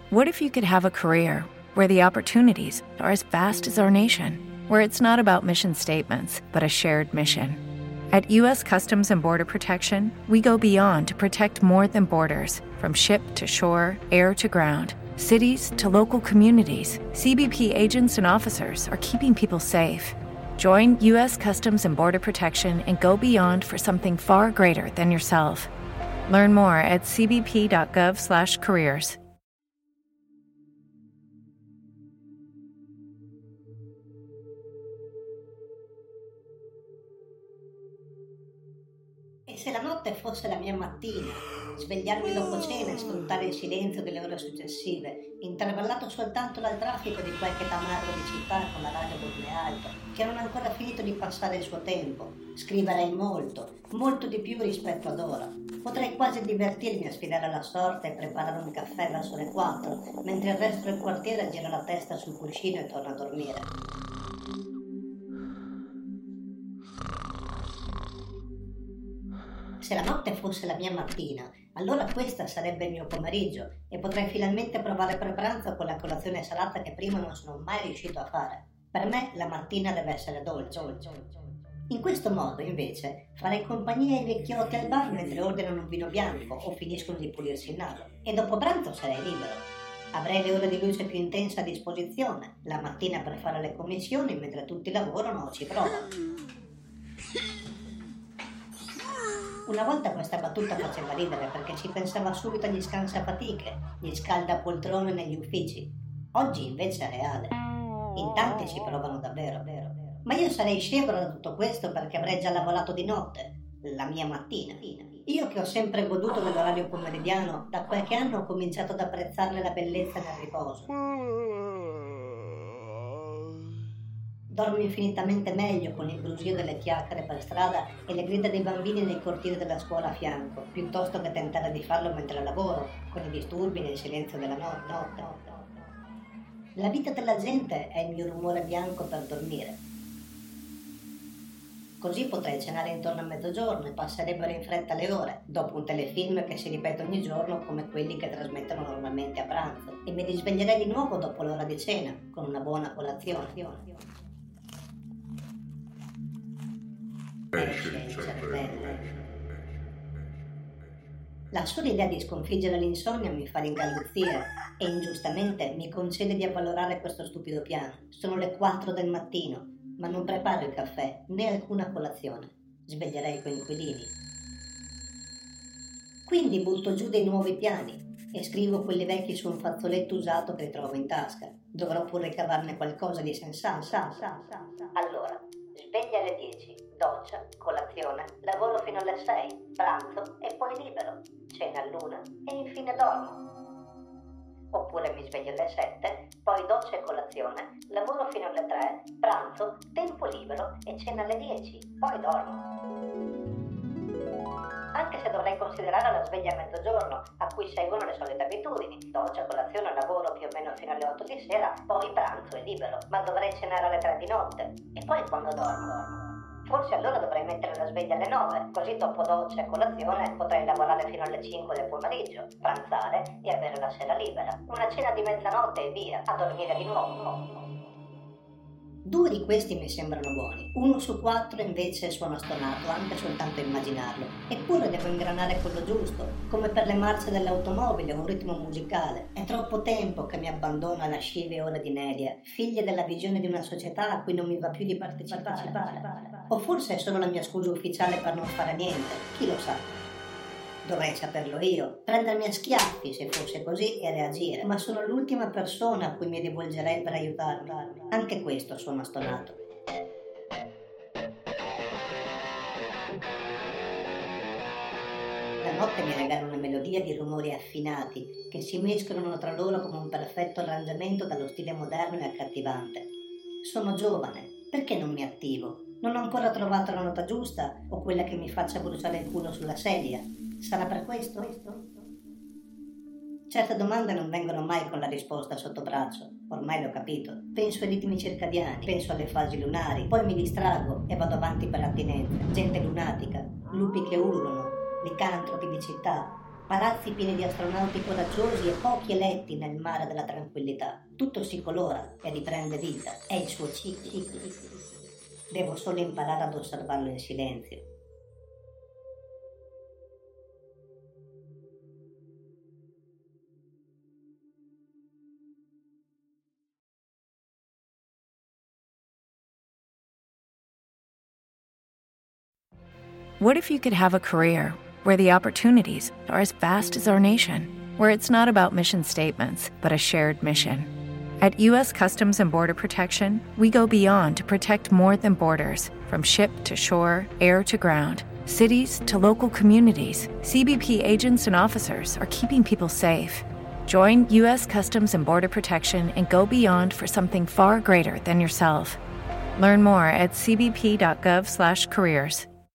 What if you could have a career where the opportunities are as vast as our nation, where it's not about mission statements, but a shared mission? At U.S. Customs and Border Protection, we go beyond to protect more than borders. From ship to shore, air to ground, cities to local communities, CBP agents and officers are keeping people safe. Join U.S. Customs and Border Protection and go beyond for something far greater than yourself. Learn more at cbp.gov/careers. E se la notte fosse la mia mattina, svegliarmi dopo cena e sfruttare il silenzio delle ore successive, intervallato soltanto dal traffico di qualche tamarro di città con la radio a volume alto, che non ha ancora finito di passare il suo tempo, scriverei molto, molto di più rispetto ad ora. Potrei quasi divertirmi a sfidare la sorte e preparare un caffè verso le 4, mentre il resto del quartiere gira la testa sul cuscino e torna a dormire. Se la notte fosse la mia mattina, allora questa sarebbe il mio pomeriggio e potrei finalmente provare per pranzo con la colazione salata che prima non sono mai riuscito a fare. Per me la mattina deve essere dolce. In questo modo, invece, farei compagnia ai vecchiotti al bar mentre ordinano un vino bianco o finiscono di pulirsi il naso. E dopo pranzo sarei libero. Avrei le ore di luce più intense a disposizione, la mattina per fare le commissioni mentre tutti lavorano o ci provano. Una volta questa battuta faceva ridere perché ci pensava subito agli scansafatiche, gli scaldapoltrone negli uffici. Oggi invece è reale. In tanti ci provano davvero. Ma io sarei scevro da tutto questo perché avrei già lavorato di notte, la mia mattina. Io che ho sempre goduto dell'orario pomeridiano, da qualche anno ho cominciato ad apprezzarne la bellezza nel riposo. Dormo infinitamente meglio con il brusio delle chiacchiere per strada e le grida dei bambini nei cortili della scuola a fianco, piuttosto che tentare di farlo mentre lavoro, con i disturbi nel silenzio della notte. La vita della gente è il mio rumore bianco per dormire. Così potrei cenare intorno a mezzogiorno e passerebbero in fretta le ore, dopo un telefilm che si ripete ogni giorno come quelli che trasmettono normalmente a pranzo, e mi risveglierei di nuovo dopo l'ora di cena, con una buona colazione. La sola idea di sconfiggere l'insonnia mi fa ringalluzzire e ingiustamente mi concede di avvalorare questo stupido piano. Sono le 4 del mattino, ma non preparo il caffè né alcuna colazione. Sveglierei i coinquilini. Quindi butto giù dei nuovi piani e scrivo quelli vecchi su un fazzoletto usato che trovo in tasca. Dovrò pure ricavarne qualcosa di sensato. Allora, sveglia alle 10. Doccia, colazione, lavoro fino alle 6, pranzo e poi libero, cena all'1 e infine dormo. Oppure mi sveglio alle 7, poi doccia e colazione, lavoro fino alle 3, pranzo, tempo libero e cena alle 10, poi dormo. Anche se dovrei considerare la sveglia a mezzogiorno, a cui seguono le solite abitudini, doccia, colazione, lavoro più o meno fino alle 8 di sera, poi pranzo e libero, ma dovrei cenare alle 3 di notte, e poi quando dormo? Forse allora dovrei mettere la sveglia alle 9, così dopo doccia e colazione potrei lavorare fino alle 5 del pomeriggio, pranzare e avere la sera libera. Una cena di mezzanotte e via, a dormire di nuovo. 2 di questi mi sembrano buoni, 1 su 4 invece suona stonato, anche soltanto immaginarlo. Eppure devo ingranare quello giusto, come per le marce dell'automobile, un ritmo musicale. È troppo tempo che mi abbandono alle lascive ore di Nelia, figlie della visione di una società a cui non mi va più di partecipare. O forse è solo la mia scusa ufficiale per non fare niente, chi lo sa. Dovrei saperlo io, prendermi a schiaffi se fosse così e reagire, ma sono l'ultima persona a cui mi rivolgerei per aiutarmi. Anche questo suona stonato. La notte mi regala una melodia di rumori affinati che si mescolano tra loro come un perfetto arrangiamento dallo stile moderno e accattivante. Sono giovane, perché non mi attivo? Non ho ancora trovato la nota giusta o quella che mi faccia bruciare il culo sulla sedia. Sarà per questo? Certe domande non vengono mai con la risposta sotto braccio, ormai l'ho capito. Penso ai ritmi circadiani, penso alle fasi lunari, poi mi distrago e vado avanti per attinenza. Gente lunatica, lupi che urlano, licantropi di città. palazzi pieni di astronauti coraggiosi e pochi eletti nel mare della tranquillità. Tutto si colora e riprende vita. È il suo ciclo. Devo solo imparare ad osservarlo in silenzio. What if you could have a career where the opportunities are as vast as our nation, where it's not about mission statements, but a shared mission? At U.S. Customs and Border Protection, we go beyond to protect more than borders. From ship to shore, air to ground, cities to local communities, CBP agents and officers are keeping people safe. Join U.S. Customs and Border Protection and go beyond for something far greater than yourself. Learn more at cbp.gov/careers.